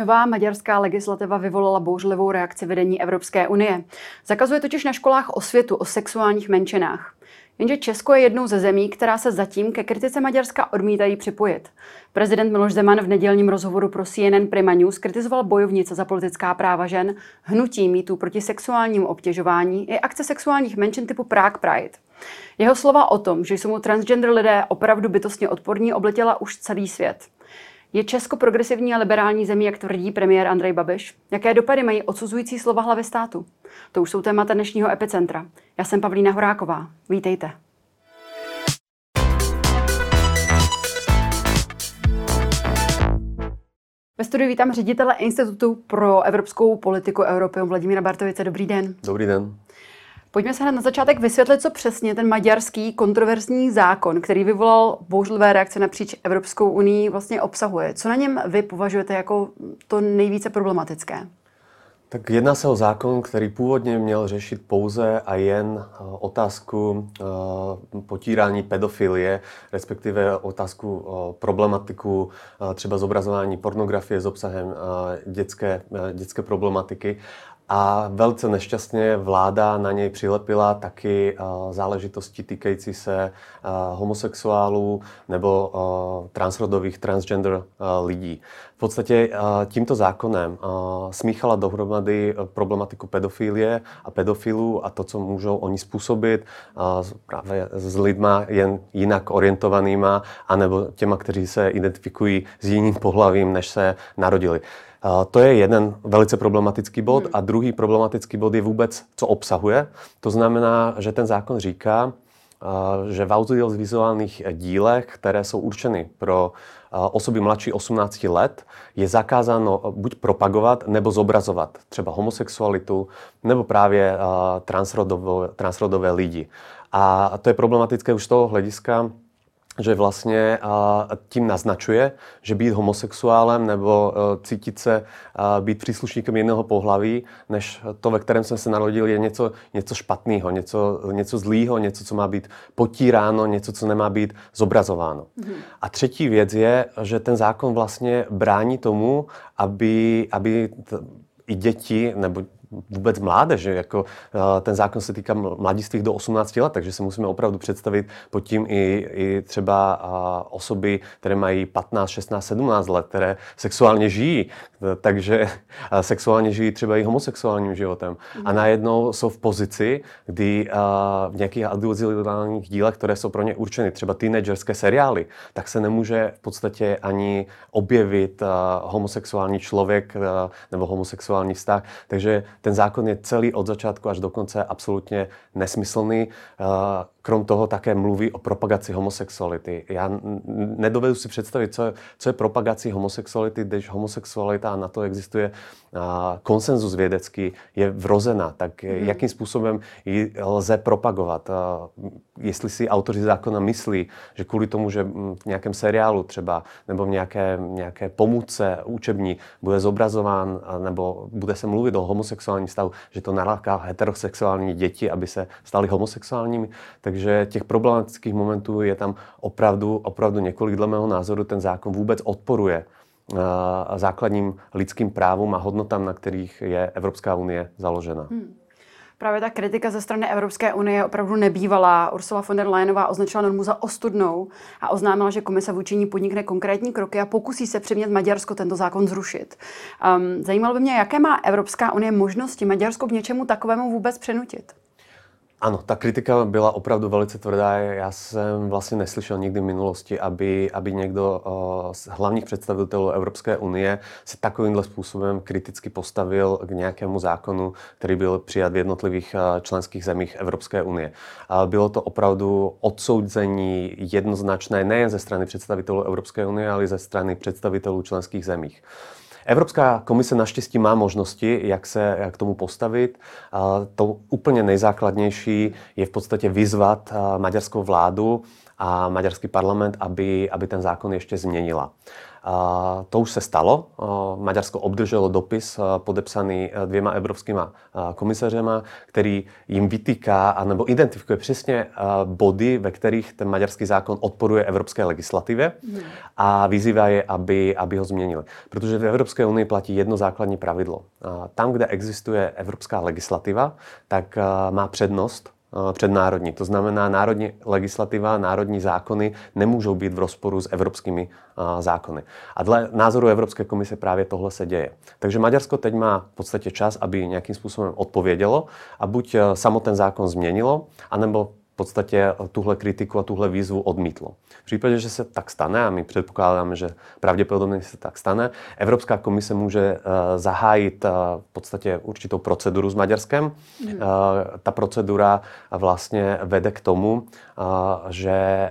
Nová maďarská legislativa vyvolala bouřlivou reakci vedení Evropské unie. Zakazuje totiž na školách osvětu o sexuálních menšinách. Jenže Česko je jednou ze zemí, která se zatím ke kritice Maďarska odmítají připojit. Prezident Miloš Zeman v nedělním rozhovoru pro CNN Prima News kritizoval bojovnice za politická práva žen, hnutí mýtů proti sexuálnímu obtěžování i akce sexuálních menšin typu Prague Pride. Jeho slova o tom, že jsou mu transgender lidé opravdu bytostně odporní, obletěla už celý svět. Je Česko progresivní a liberální zemí, jak tvrdí premiér Andrej Babiš? Jaké dopady mají odsuzující slova hlavy státu? To už jsou témata dnešního Epicentra. Já jsem Pavlína Horáková. Vítejte. Ve studiu vítám ředitele Institutu pro evropskou politiku Europeum Vladimíra Bartovice. Dobrý den. Dobrý den. Pojďme se hned na začátek vysvětlit, co přesně ten maďarský kontroverzní zákon, který vyvolal bouřlivé reakce napříč Evropskou unii, vlastně obsahuje. Co na něm vy považujete jako to nejvíce problematické? Tak jedná se o zákon, který původně měl řešit pouze a jen otázku potírání pedofilie, respektive otázku problematiku třeba zobrazování pornografie s obsahem dětské problematiky. A velice nešťastně vláda na něj přilepila taky záležitosti týkající se homosexuálů nebo transrodových, transgender lidí. V podstatě tímto zákonem smíchala dohromady problematiku pedofilie a pedofilů a to, co můžou oni způsobit právě s lidma jen jinak orientovanýma, anebo těma, kteří se identifikují s jiným pohlavím, než se narodili. To je jeden velice problematický bod a druhý problematický bod je vůbec, co obsahuje. To znamená, že ten zákon říká, že v audiovizuálních dílech, které jsou určeny pro osoby mladší 18 let, je zakázáno buď propagovat nebo zobrazovat třeba homosexualitu nebo právě transrodové lidi. A to je problematické už z toho hlediska, že vlastně tím naznačuje, že být homosexuálem nebo cítit se být příslušníkem jiného pohlaví, než to, ve kterém jsme se narodili, je něco špatného, něco zlýho, něco, co má být potíráno, něco, co nemá být zobrazováno. A třetí věc je, že ten zákon vlastně brání tomu, aby i děti nebo vůbec mládeže, jako ten zákon se týká mladistvých do 18 let, takže si musíme opravdu představit pod tím i třeba osoby, které mají 15, 16, 17 let, které sexuálně žijí, takže sexuálně žijí třeba i homosexuálním životem. A najednou jsou v pozici, kdy v nějakých audiovizuálních dílech, které jsou pro ně určeny, třeba teenagerské seriály, tak se nemůže v podstatě ani objevit homosexuální člověk nebo homosexuální vztah. Takže ten zákon je celý od začátku až do konce absolutně nesmyslný. Krom toho také mluví o propagaci homosexuality. Já nedovedu si představit, co je propagací homosexuality, když homosexualita, a na to existuje konsenzus vědecký, je vrozená. Tak jakým způsobem ji lze propagovat? Jestli si autoři zákona myslí, že kvůli tomu, že v nějakém seriálu třeba nebo v nějaké pomůcce učební bude zobrazován nebo bude se mluvit o homosexuálním stavu, že to naláká heterosexuální děti, aby se stali homosexuálními. Takže těch problematických momentů je tam opravdu několik. Dle mého názoru ten zákon vůbec odporuje základním lidským právům a hodnotám, na kterých je Evropská unie založena. Právě ta kritika ze strany Evropské unie je opravdu nebývalá. Ursula von der Leyenová označila normu za ostudnou a oznámila, že komise vůči ní podnikne konkrétní kroky a pokusí se přimět Maďarsko tento zákon zrušit. Zajímalo by mě, jaké má Evropská unie možnosti Maďarsko k něčemu takovému vůbec přinutit? Ano, ta kritika byla opravdu velice tvrdá. Já jsem vlastně neslyšel nikdy v minulosti, aby někdo z hlavních představitelů Evropské unie se takovýmhle způsobem kriticky postavil k nějakému zákonu, který byl přijat v jednotlivých členských zemích Evropské unie. Bylo to opravdu odsouzení jednoznačné nejen ze strany představitelů Evropské unie, ale i ze strany představitelů členských zemích. Evropská komise naštěstí má možnosti, jak k tomu postavit. To úplně nejzákladnější je v podstatě vyzvat maďarskou vládu, a maďarský parlament, aby ten zákon ještě změnila. To už se stalo. Maďarsko obdrželo dopis podepsaný 2 evropskýma komisařema, který jim vytýká nebo identifikuje přesně body, ve kterých ten maďarský zákon odporuje evropské legislativě a vyzývá je, aby ho změnili. Protože v Evropské unii platí jedno základní pravidlo. Tam, kde existuje evropská legislativa, tak má přednost před národní. To znamená, národní legislativa, národní zákony nemůžou být v rozporu s evropskými zákony. A dle názoru Evropské komise právě tohle se děje. Takže Maďarsko teď má v podstatě čas, aby nějakým způsobem odpovědělo a buď samotný zákon změnilo, anebo v podstatě tuhle kritiku a tuhle výzvu odmítlo. V případě, že se tak stane, a my předpokládáme, že pravděpodobně se tak stane, Evropská komise může zahájit v podstatě určitou proceduru s Maďarskem. Ta procedura vlastně vede k tomu, že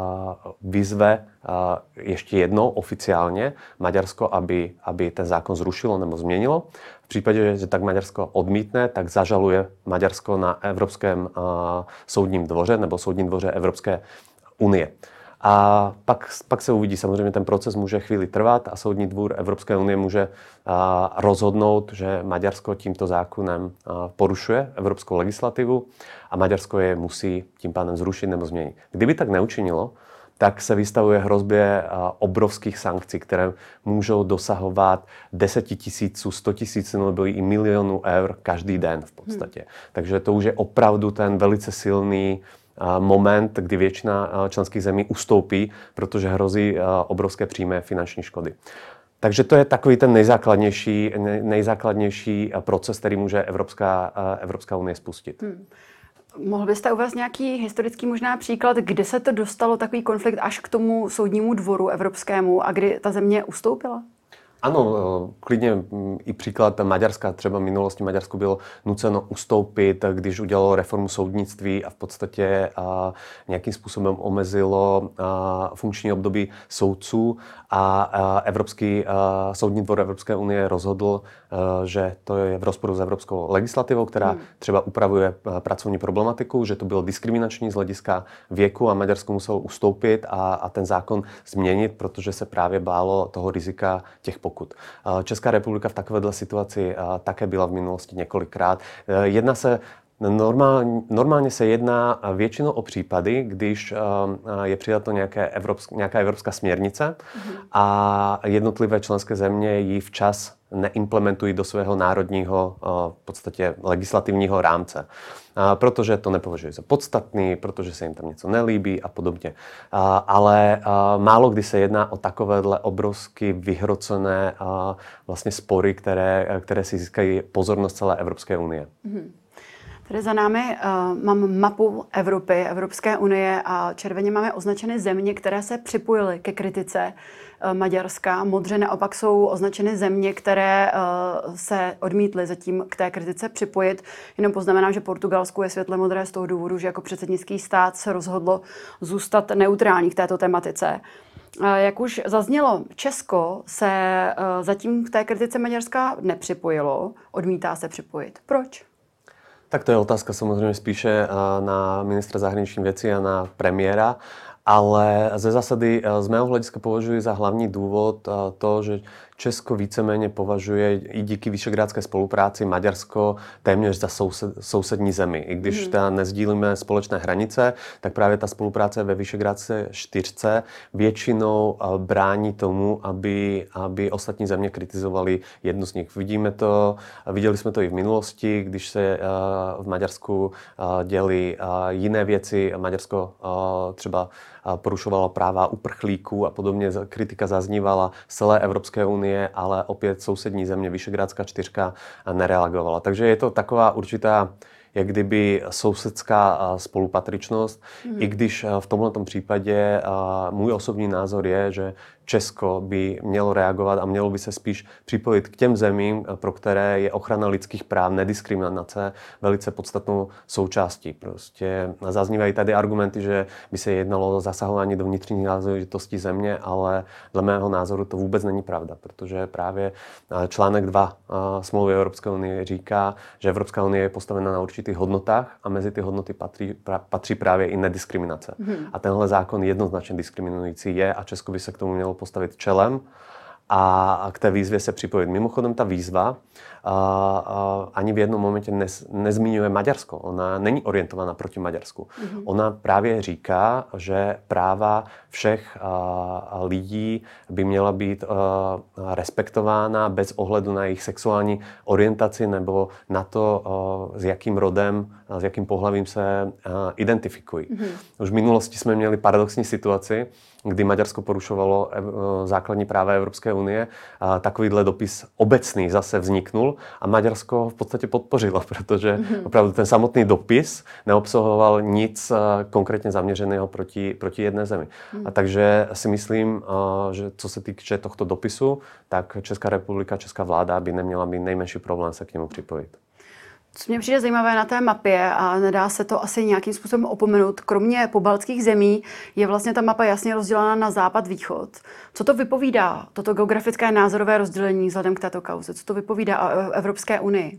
vyzve ještě jednou oficiálně Maďarsko, aby ten zákon zrušilo nebo změnilo. V případě, že tak Maďarsko odmítne, tak zažaluje Maďarsko na Evropském soudním dvoře nebo soudním dvoře Evropské unie. A pak se uvidí, samozřejmě ten proces může chvíli trvat a soudní dvůr Evropské unie může rozhodnout, že Maďarsko tímto zákonem porušuje evropskou legislativu a Maďarsko je musí tím pádem zrušit nebo změnit. Kdyby tak neučinilo, tak se vystavuje hrozbě obrovských sankcí, které můžou dosahovat 10 000, 100 000 nebo i milionů eur každý den v podstatě. Takže to už je opravdu ten velice silný moment, kdy většina členských zemí ustoupí, protože hrozí obrovské přímé finanční škody. Takže to je takový ten nejzákladnější proces, který může Evropská unie spustit. Mohl byste uvést nějaký historický možná příklad, kdy se to dostalo takový konflikt až k tomu soudnímu dvoru evropskému a kdy ta země ustoupila? Ano, klidně i příklad Maďarska. Třeba v minulosti Maďarsku bylo nuceno ustoupit, když udělalo reformu soudnictví a v podstatě nějakým způsobem omezilo funkční období soudců a Evropský soudní dvor Evropské unie rozhodl, že to je v rozporu s evropskou legislativou, která třeba upravuje pracovní problematiku, že to bylo diskriminační z hlediska věku a Maďarsko muselo ustoupit a ten zákon změnit, protože se právě bálo toho rizika těch pokut. Česká republika v takovéhle situaci také byla v minulosti několikrát. Normálně se jedná většinou o případy, když je přijato nějaká evropská směrnice a jednotlivé členské země ji včas neimplementují do svého národního v podstatě legislativního rámce. Protože to nepovažují za podstatný, protože se jim tam něco nelíbí a podobně. Ale málo kdy se jedná o takovéhle obrovsky vyhrocené vlastně spory, které si získají pozornost celé Evropské unie. Tady za námi mám mapu Evropy, Evropské unie a červeně máme označeny země, které se připojily ke kritice Maďarska. Modře naopak jsou označeny země, které se odmítly zatím k té kritice připojit. Jenom poznamenám, že Portugalsku je světle modré z toho důvodu, že jako předsednický stát se rozhodlo zůstat neutrální k této tematice. Jak už zaznělo, Česko se zatím k té kritice Maďarska nepřipojilo, odmítá se připojit. Proč? Tak to je otázka samozřejmě spíše na ministra zahraničních věcí a na premiéra, ale ze zásady z mého hlediska považuji za hlavní důvod to, že Česko víceméně považuje i díky visegrádské spolupráci Maďarsko téměř za sousední zemi. I když nezdílíme společné hranice, tak právě ta spolupráce ve Visegrádské čtyřce většinou brání tomu, aby ostatní země kritizovaly jednu z nich. Viděli jsme to i v minulosti, když se v Maďarsku děly jiné věci. Maďarsko třeba porušovalo práva uprchlíků a podobně. Kritika zaznívala z celé Evropské unie, ale opět sousední země, Visegrádská čtyřka, nereagovala. Takže je to taková určitá jak kdyby sousedská spolupatričnost, i když v tomto případě můj osobní názor je, že Česko by mělo reagovat a mělo by se spíš připojit k těm zemím, pro které je ochrana lidských práv, nediskriminace velice podstatnou součástí. Prostě zaznívají tady argumenty, že by se jednalo o zasahování do vnitřních záležitostí země, ale dle mého názoru to vůbec není pravda, protože právě článek 2 smlouvy Evropské unie říká, že Evropská unie je postavena na určitých hodnotách a mezi ty hodnoty patří právě i nediskriminace. A tenhle zákon jednoznačně diskriminující je a Česko by se k tomu mělo postavit čelem a k té výzvě se připojit. Mimochodem ta výzva ani v jednom momentě nezmiňuje Maďarsko. Ona není orientovaná proti Maďarsku. Ona právě říká, že práva všech lidí by měla být respektována bez ohledu na jejich sexuální orientaci nebo na to, s jakým rodem, s jakým pohlavím se identifikují. Už v minulosti jsme měli paradoxní situaci, kdy Maďarsko porušovalo základní práva Evropské unie. Takovýhle dopis obecný zase vzniknul a Maďarsko v podstatě podpořilo, protože opravdu ten samotný dopis neobsahoval nic konkrétně zaměřeného proti jedné zemi. A takže si myslím, že co se týče tohto dopisu, tak Česká republika, česká vláda by neměla mít nejmenší problém se k němu připojit. Co mě přijde zajímavé na té mapě a nedá se to asi nějakým způsobem opomenout, kromě pobaltských zemí je vlastně ta mapa jasně rozdělena na západ-východ. Co to vypovídá, toto geografické názorové rozdělení vzhledem k této kauze? Co to vypovídá o Evropské unii?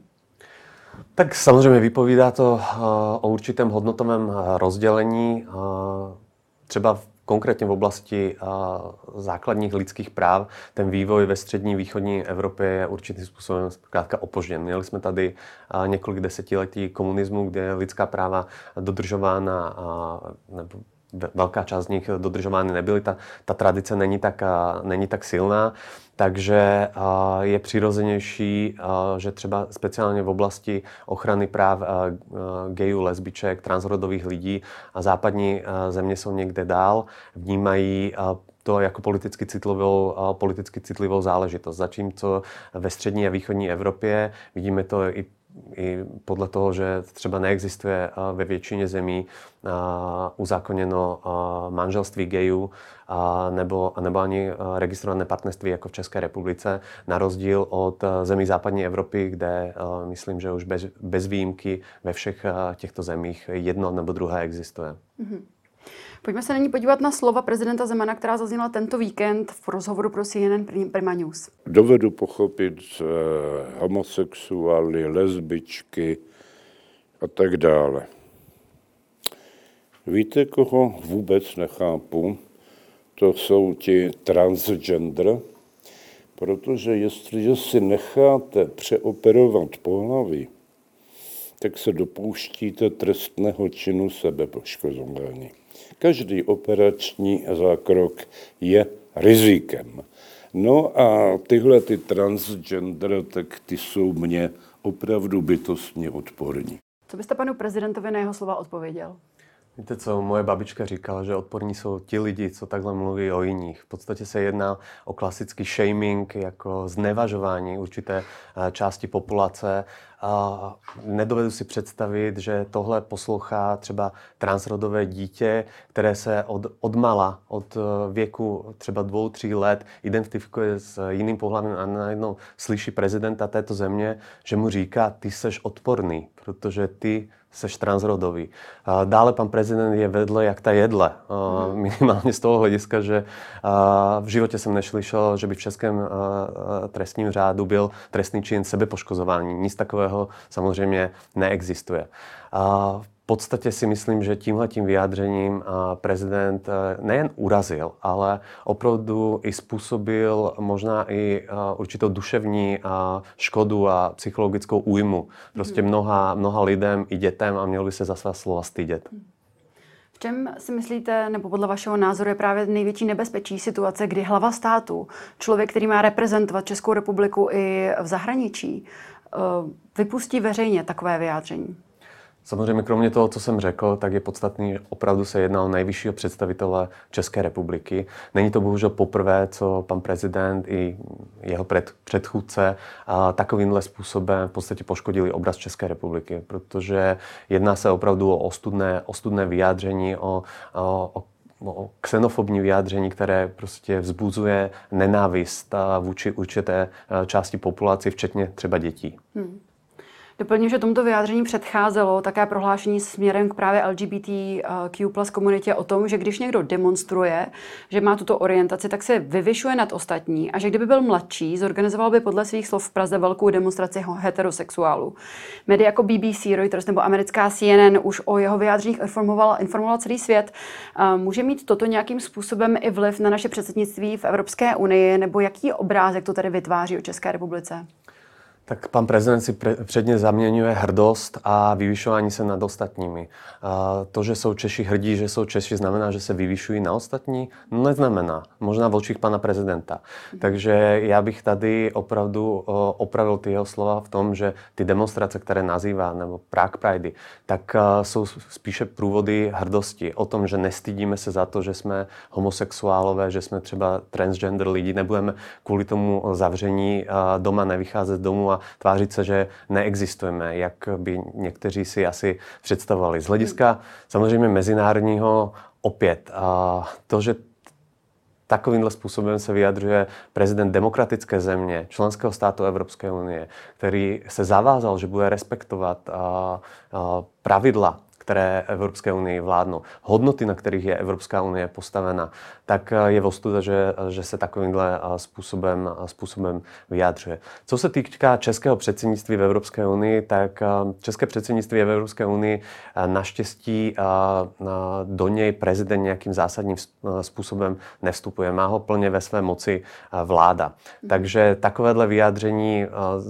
Tak samozřejmě vypovídá to o určitém hodnotovém rozdělení, třeba konkrétně v oblasti základních lidských práv. Ten vývoj ve střední východní Evropě je určitým způsobem zkrátka opožděn. Měli jsme tady několik desetiletí komunismu, kde je lidská práva dodržována, nebo velká část z nich dodržovány nebyly. Ta tradice není tak silná. Takže je přirozenější, že třeba speciálně v oblasti ochrany práv gayů, lesbiček, transrodových lidí a západní země jsou někde dál, vnímají to jako politicky citlivou záležitost. Zatímco ve střední a východní Evropě vidíme to i podle toho, že třeba neexistuje ve většině zemí uzákoněno manželství gayů nebo ani registrované partnerství jako v České republice, na rozdíl od zemí západní Evropy, kde myslím, že už bez výjimky ve všech těchto zemích jedno nebo druhé existuje. Pojďme se nyní podívat na slova prezidenta Zemana, která zazněla tento víkend v rozhovoru pro CNN Prima News. Dovedu pochopit homosexuály, lesbičky a tak dále. Víte, koho vůbec nechápu? To jsou ti transgender, protože jestliže si necháte přeoperovat pohlaví, tak se dopouštíte trestného činu sebepoškozování. Každý operační zákrok je rizikem. No a tyhle ty transgender, tak ty jsou mně opravdu bytostně odporní. Co byste panu prezidentovi na jeho slova odpověděl? Víte co, moje babička říkala, že odporní jsou ti lidi, co takhle mluví o jiných. V podstatě se jedná o klasický shaming, jako znevažování určité části populace. Nedovedu si představit, že tohle poslouchá třeba transrodové dítě, které se od věku třeba 2-3 let identifikuje s jiným pohlavím a najednou slyší prezidenta této země, že mu říká, ty seš odporný, protože ty seš transrodový. Dále pan prezident je vedle jak ta jedle. Minimálně z toho hlediska, že v životě jsem neslyšel, že by v českém trestním řádu byl trestný čin sebepoškozování. Nic takového samozřejmě neexistuje. V podstatě si myslím, že tímhletím vyjádřením prezident nejen urazil, ale opravdu i způsobil možná i určitou duševní škodu a psychologickou újmu. Prostě mnoha lidem i dětem a měl by se za svá slova stydět. V čem si myslíte, nebo podle vašeho názoru je právě největší nebezpečí situace, kdy hlava státu, člověk, který má reprezentovat Českou republiku i v zahraničí, vypustí veřejně takové vyjádření? Samozřejmě kromě toho, co jsem řekl, tak je podstatný, že opravdu se jedná o nejvyššího představitele České republiky. Není to bohužel poprvé, co pan prezident i jeho předchůdce takovýmhle způsobem v podstatě poškodili obraz České republiky, protože jedná se opravdu o ostudné vyjádření, o xenofobní vyjádření, které prostě vzbuzuje nenávist vůči určité části populace, včetně třeba dětí. Doplním, že tomuto vyjádření předcházelo také prohlášení směrem k právě LGBTQ plus komunitě o tom, že když někdo demonstruje, že má tuto orientaci, tak se vyvyšuje nad ostatní a že kdyby byl mladší, zorganizoval by podle svých slov v Praze velkou demonstraci heterosexuálů. Média jako BBC, Reuters nebo americká CNN už o jeho vyjádřeních informovala celý svět. Může mít toto nějakým způsobem i vliv na naše předsednictví v Evropské unii, nebo jaký obrázek to tady vytváří o České republice? Tak pan prezident si předně zaměňuje hrdost a vyvyšování se nad ostatními. To, že jsou Češi hrdí, že jsou Češi, znamená, že se vyvyšují na ostatní? No neznamená. Možná v očích pana prezidenta. Takže já bych tady opravdu opravil ty jeho slova v tom, že ty demonstrace, které nazývá, nebo Prague Pridey, tak jsou spíše průvody hrdosti. O tom, že nestydíme se za to, že jsme homosexuálové, že jsme třeba transgender lidi, nebudeme kvůli tomu zavření doma nevycházet z domu a tvářit se, že neexistujeme, jak by někteří si asi představovali. Z hlediska samozřejmě mezinárodního opět to, že takovýmhle způsobem se vyjadřuje prezident demokratické země, členského státu Evropské unie, který se zavázal, že bude respektovat pravidla, které Evropské unii vládnou, hodnoty, na kterých je Evropská unie postavena, tak je ostuda, že se takovýmhle způsobem vyjádřuje. Co se týká českého předsednictví v Evropské unii, tak české předsednictví v Evropské unii naštěstí do něj prezident nějakým zásadním způsobem nevstupuje. Má ho plně ve své moci vláda. Takže takovéhle vyjádření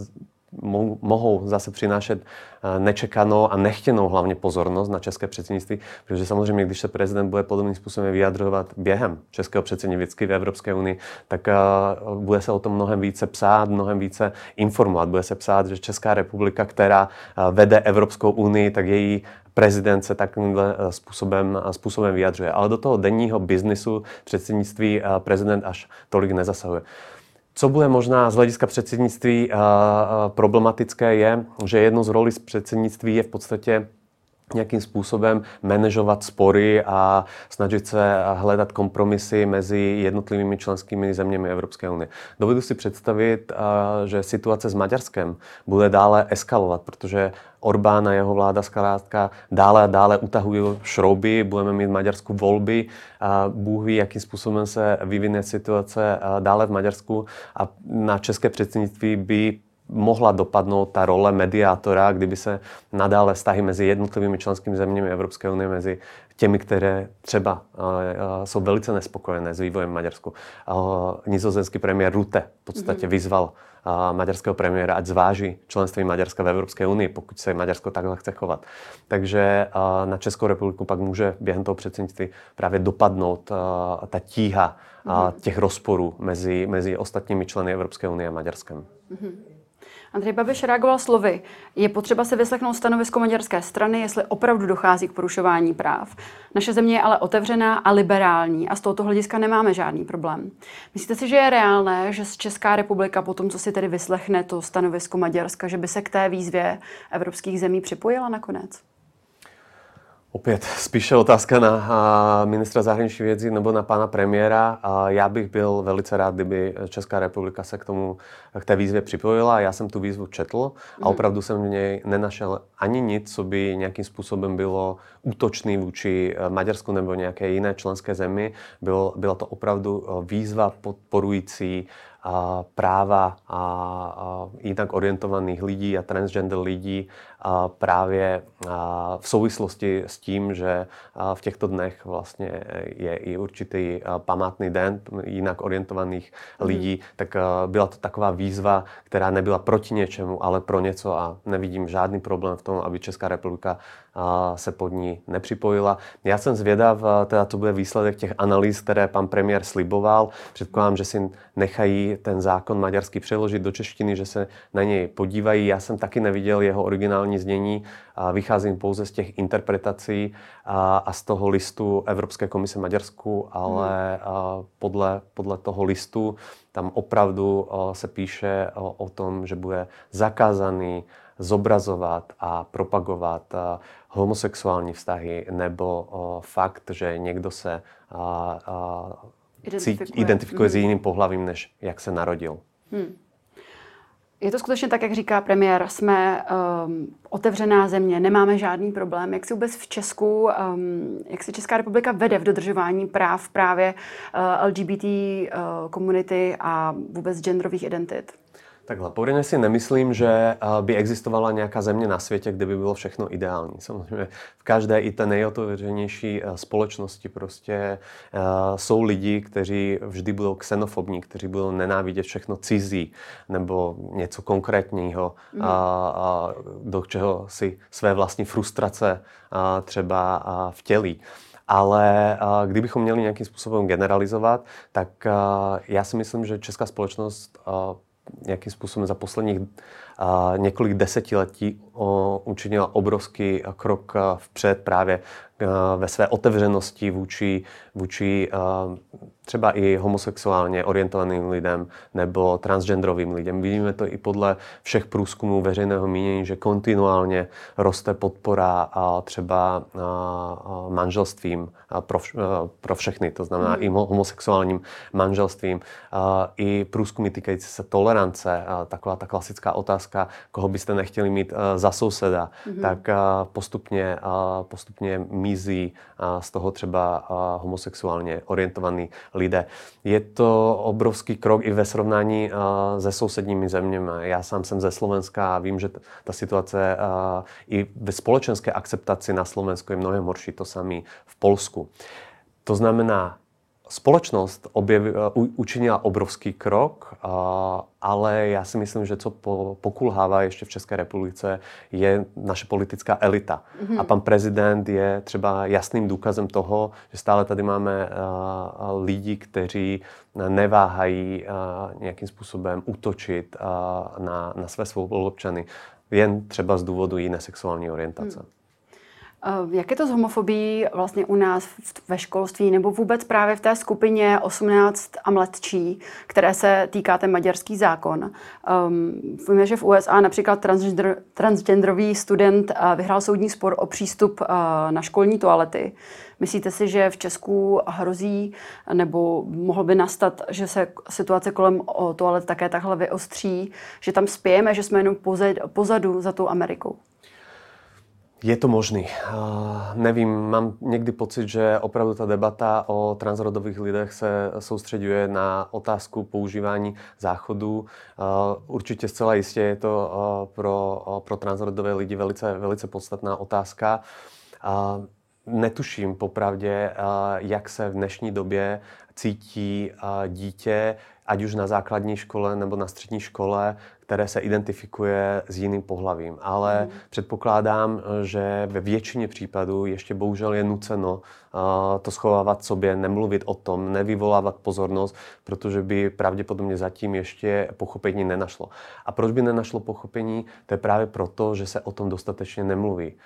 mohou zase přinášet nečekanou a nechtěnou hlavně pozornost na české předsednictví, protože samozřejmě, když se prezident bude podobným způsobem vyjadřovat během českého předsednictví v Evropské unii, tak bude se o tom mnohem více psát, mnohem více informovat. Bude se psát, že Česká republika, která vede Evropskou unii, tak její prezident se takovýmhle způsobem vyjadřuje. Ale do toho denního biznisu předsednictví prezident až tolik nezasahuje. Co bude možná z hlediska předsednictví problematické je, že jednou z rolí předsednictví je v podstatě nějakým způsobem manažovat spory a snažit se hledat kompromisy mezi jednotlivými členskými zeměmi Evropské unie. Dovedu si představit, že situace s Maďarskem bude dále eskalovat, protože Orbán a jeho vláda zkrátka dále a dále utahují šrouby, budeme mít v Maďarsku volby a Bůh ví, jakým způsobem se vyvine situace dále v Maďarsku a na české předsednictví by mohla dopadnout ta role mediátora, kdyby se nadále vztahy mezi jednotlivými členskými zeměmi Evropské unie, mezi těmi, které třeba jsou velice nespokojené s vývojem v Maďarsku. Nizozemský premiér Rutte v podstatě vyzval maďarského premiéra, ať zváží členství Maďarska v Evropské unii, pokud se Maďarsko takhle chce chovat. Takže na Českou republiku pak může během toho předsednictví právě dopadnout ta tíha těch rozporů mezi ostatními členy Evropské unie a Maďarskem. Andrej Babiš reagoval slovy: je potřeba se vyslechnout stanovisko maďarské strany, jestli opravdu dochází k porušování práv. Naše země je ale otevřená a liberální a z tohoto hlediska nemáme žádný problém. Myslíte si, že je reálné, že Česká republika po tom, co si tedy vyslechne to stanovisko Maďarska, že by se k té výzvě evropských zemí připojila nakonec? Opět spíše otázka na ministra zahraničních věcí nebo na pana premiéra. Já bych byl velice rád, kdyby Česká republika se k té výzvě připojila. Já jsem tu výzvu četl a opravdu jsem v něj nenašel ani nic, co by nějakým způsobem bylo útočný vůči Maďarsku nebo nějaké jiné členské zemi. Byla to opravdu výzva podporující práva a jinak orientovaných lidí a transgender lidí právě v souvislosti s tím, že v těchto dnech vlastně je i určitý památný den jinak orientovaných lidí, tak byla to taková výzva, která nebyla proti něčemu, ale pro něco a nevidím žádný problém v tom, aby Česká republika se pod ní nepřipojila. Já jsem zvědav, teda to bude výsledek těch analýz, které pan premiér sliboval. Předpokládám, že si nechají ten zákon maďarský přeložit do češtiny, že se na něj podívají. Já jsem taky neviděl jeho originální znění, vycházím pouze z těch interpretací a z toho listu Evropské komise Maďarsku, ale podle toho listu tam opravdu se píše o tom, že bude zakázaný zobrazovat a propagovat homosexuální vztahy nebo fakt, že někdo se identifikuje s jiným pohlavím, než jak se narodil. Je to skutečně tak, jak říká premiér, jsme otevřená země, nemáme žádný problém. Jak si vůbec v Česku, jak se Česká republika vede v dodržování práv právě LGBT komunity a vůbec genderových identit? Takhle, povrchně si nemyslím, že by existovala nějaká země na světě, kde by bylo všechno ideální. Samozřejmě v každé i té nejotevřenější společnosti prostě jsou lidi, kteří vždy budou xenofobní, kteří budou nenávidět všechno cizí nebo něco konkrétního, do čeho si své vlastní frustrace třeba vtělí. Ale kdybychom měli nějakým způsobem generalizovat, tak já si myslím, že česká společnost nějakým způsobem za posledních několik desetiletí učinila obrovský krok vpřed právě ve své otevřenosti vůči třeba i homosexuálně orientovaným lidem nebo transgenderovým lidem. Vidíme to i podle všech průzkumů veřejného mínění, že kontinuálně roste podpora třeba manželstvím pro všechny, to znamená i homosexuálním manželstvím. I průzkumy týkající se tolerance, taková ta klasická otázka, koho byste nechtěli mít za souseda, tak postupně mizí z toho třeba homosexuálně orientovaní lidé. Je to obrovský krok i ve srovnání se sousedními zeměmi. Já sám jsem ze Slovenska a vím, že ta situace i ve společenské akceptaci na Slovensku je mnohem horší, to samé v Polsku. To znamená, společnost učinila obrovský krok, ale já si myslím, že co pokulhává ještě v České republice, je naše politická elita. A pan prezident je třeba jasným důkazem toho, že stále tady máme lidi, kteří neváhají nějakým způsobem útočit na své spoluobčany, jen třeba z důvodu jiné sexuální orientace. Jak je to s homofobií vlastně u nás ve školství nebo vůbec právě v té skupině 18 a mladší, které se týká ten maďarský zákon? Víme, že v USA například transgenderový student vyhrál soudní spor o přístup na školní toalety. Myslíte si, že v Česku hrozí nebo mohlo by nastat, že se situace kolem toalet také takhle vyostří, že tam spějeme, že jsme jenom pozadu za tou Amerikou? Je to možný. Nevím, mám někdy pocit, že opravdu ta debata o transrodových lidech se soustředuje na otázku používání záchodů. Určitě zcela jistě je to pro transrodové lidi velice podstatná otázka. Netuším popravdě, jak se v dnešní době cítí dítě, ať už na základní škole nebo na střední škole, které se identifikuje s jiným pohlavím. Ale předpokládám, že ve většině případů ještě bohužel je nuceno to schovávat sobě, nemluvit o tom, nevyvolávat pozornost, protože by pravděpodobně zatím ještě pochopení nenašlo. A proč by nenašlo pochopení? To je právě proto, že se o tom dostatečně nemluví.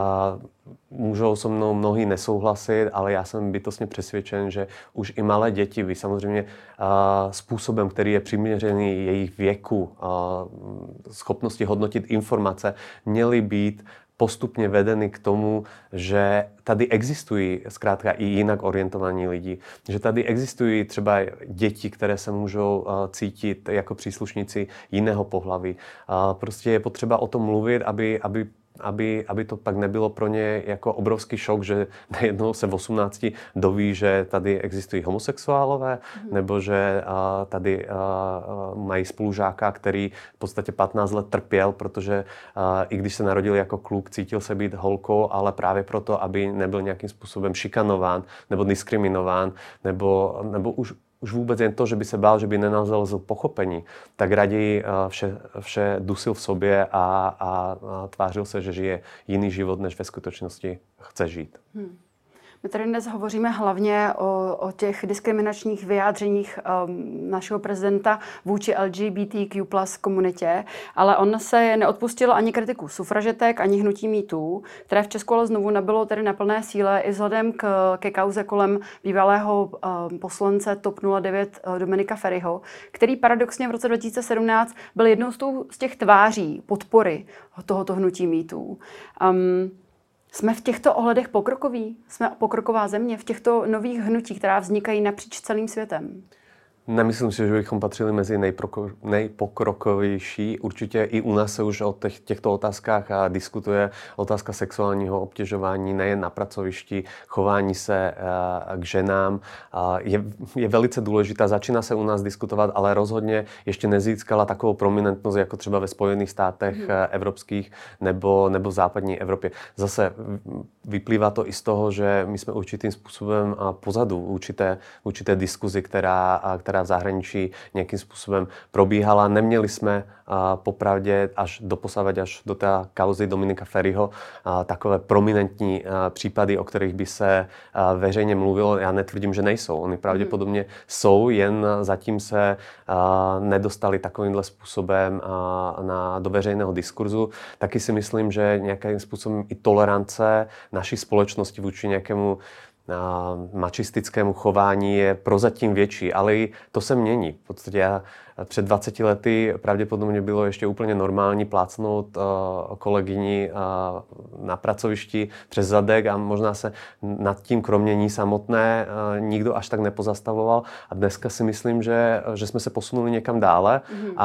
Můžou so mnou mnohí nesouhlasit, ale já jsem bytostně přesvědčen, že už i malé děti by samozřejmě způsobem, který je přiměřený jejich věku, schopnosti hodnotit informace, měly být postupně vedeny k tomu, že tady existují zkrátka i jinak orientovaní lidi, že tady existují třeba děti, které se můžou cítit jako příslušníci jiného pohlaví. Prostě je potřeba o tom mluvit, aby to pak nebylo pro ně jako obrovský šok, že najednou se v 18 doví, že tady existují homosexuálové, nebo že tady mají spolužáka, který v podstatě 15 let trpěl, protože i když se narodil jako kluk, cítil se být holkou, ale právě proto, aby nebyl nějakým způsobem šikanován nebo diskriminován, nebo už vůbec jen to, že by se bál, že by nenalezl pochopení, tak raději vše dusil v sobě a tvářil se, že žije jiný život, než ve skutečnosti chce žít. My tady dnes hovoříme hlavně o těch diskriminačních vyjádřeních našeho prezidenta vůči LGBTQ+ komunitě, ale on se neodpustil ani kritiku sufražetek, ani hnutí MeToo, které v Česku ale znovu nabylo tedy na plné síle i vzhledem ke kauze kolem bývalého poslance TOP 09 Dominika Feriho, který paradoxně v roce 2017 byl jednou z těch tváří podpory tohoto hnutí MeToo. Jsme v těchto ohledech pokrokoví? Jsme pokroková země v těchto nových hnutí, která vznikají napříč celým světem? Nemyslím si, že bychom patřili mezi nejpokrokovější. Určitě i u nás se už o těchto otázkách diskutuje. Otázka sexuálního obtěžování nejen na pracovišti, chování se k ženám je velice důležitá. Začíná se u nás diskutovat, ale rozhodně ještě nezískala takovou prominentnost, jako třeba ve Spojených státech evropských nebo v západní Evropě. Zase vyplývá to i z toho, že my jsme určitým způsobem pozadu určité diskuzi, která v zahraničí nějakým způsobem probíhala. Neměli jsme popravdě až do té kauzy Dominika Feriho takové prominentní případy, o kterých by se veřejně mluvilo. Já netvrdím, že nejsou. Oni pravděpodobně jsou, jen zatím se nedostali takovýmhle způsobem do veřejného diskurzu. Taky si myslím, že nějakým způsobem i tolerance naší společnosti vůči nějakému mačistickému chování je prozatím větší, ale i to se mění. V podstatě před 20 lety pravděpodobně bylo ještě úplně normální plácnout kolegyni na pracovišti přes zadek a možná se nad tím, kromě ní samotné, nikdo až tak nepozastavoval. A dneska si myslím, že jsme se posunuli někam dále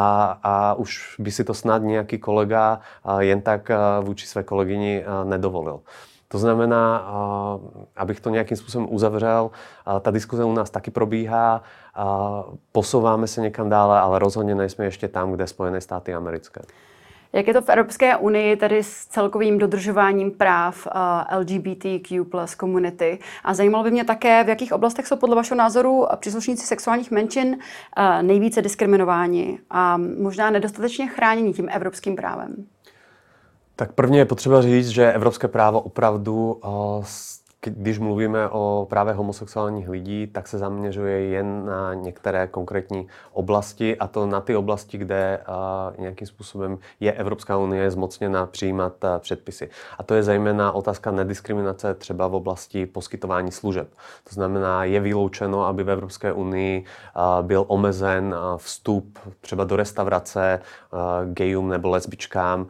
a už by si to snad nějaký kolega jen tak vůči své kolegyni nedovolil. To znamená, abych to nějakým způsobem uzavřel, ta diskuze u nás taky probíhá, posouváme se někam dále, ale rozhodně nejsme ještě tam, kde Spojené státy americké. Jak je to v Evropské unii tedy s celkovým dodržováním práv LGBTQ+ komunity? A zajímalo by mě také, v jakých oblastech jsou podle vašeho názoru příslušníci sexuálních menšin nejvíce diskriminováni a možná nedostatečně chráněni tím evropským právem? Tak prvně je potřeba říct, že evropské právo opravdu, když mluvíme o právě homosexuálních lidí, tak se zaměřuje jen na některé konkrétní oblasti, a to na ty oblasti, kde nějakým způsobem je Evropská unie zmocněna přijímat předpisy. A to je zejména otázka nediskriminace třeba v oblasti poskytování služeb. To znamená, je vyloučeno, aby v Evropské unii byl omezen vstup třeba do restaurace gayům nebo lesbičkám,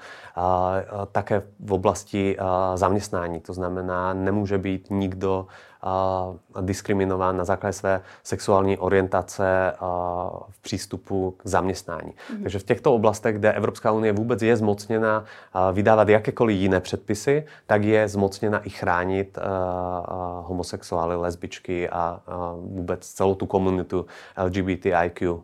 také v oblasti zaměstnání. To znamená, nemůže být nikdo diskriminován na základě své sexuální orientace v přístupu k zaměstnání. Takže v těchto oblastech, kde Evropská unie vůbec je zmocněna vydávat jakékoliv jiné předpisy, tak je zmocněna i chránit homosexuály, lesbičky a vůbec celou tu komunitu LGBTIQ+.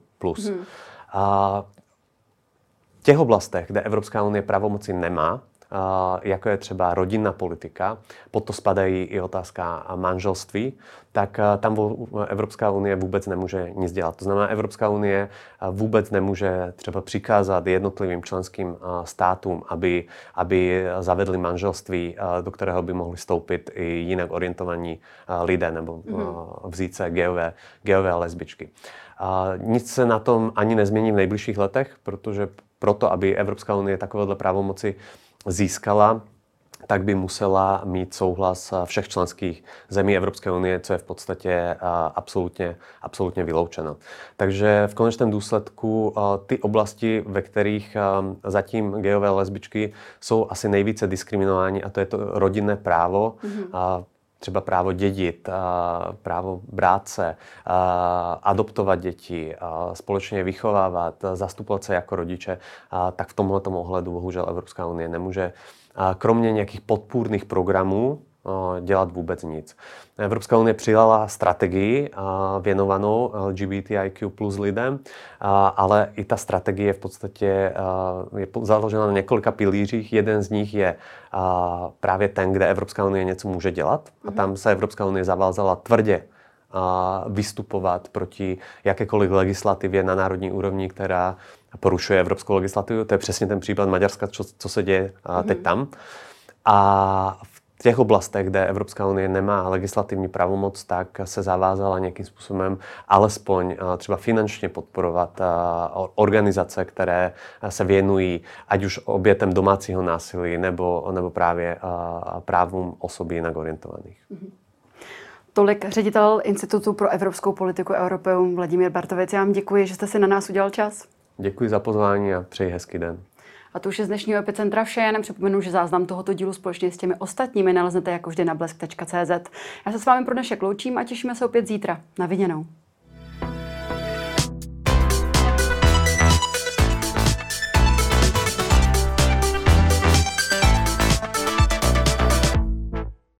V těch oblastech, kde Evropská unie pravomoci nemá, jako je třeba rodinná politika, pod to spadají i otázka manželství, tak tam Evropská unie vůbec nemůže nic dělat. To znamená, Evropská unie vůbec nemůže třeba přikázat jednotlivým členským státům, aby zavedli manželství, do kterého by mohli vstoupit i jinak orientovaní lidé nebo vzít se gayové a lesbičky. Nic se na tom ani nezmění v nejbližších letech, protože proto, aby Evropská unie takovéhle právomoci získala, tak by musela mít souhlas všech členských zemí Evropské unie, co je v podstatě absolutně vyloučeno. Takže v konečném důsledku ty oblasti, ve kterých zatím gayové a lesbičky jsou asi nejvíce diskriminováni, a to je to rodinné právo, třeba právo dědit, právo brát se, adoptovat děti, společně vychovávat, zastupovat se jako rodiče, tak v tomhletom ohledu bohužel Evropská unie nemůže, kromě nějakých podpůrných programů, dělat vůbec nic. Evropská unie přijala strategii věnovanou LGBTIQ+ lidem, ale i ta strategie v podstatě je založena na několika pilířích. Jeden z nich je právě ten, kde Evropská unie něco může dělat. A tam se Evropská unie zavázala tvrdě vystupovat proti jakékoliv legislativě na národní úrovni, která porušuje evropskou legislativu. To je přesně ten případ Maďarska, co se děje teď tam. A v těch oblastech, kde Evropská unie nemá legislativní pravomoc, tak se zavázala nějakým způsobem alespoň třeba finančně podporovat organizace, které se věnují ať už obětem domácího násilí nebo právě právům osob jinak orientovaných. Tolik ředitel Institutu pro evropskou politiku Europeum Vladimír Bartovic. Já vám děkuji, že jste si na nás udělal čas. Děkuji za pozvání a přeji hezký den. A to už je z dnešního Epicentra vše. Jenom připomenu, že záznam tohoto dílu společně s těmi ostatními naleznete jako vždy na blesk.cz. Já se s vámi pro dnešek loučím a těšíme se opět zítra. Na viděnou.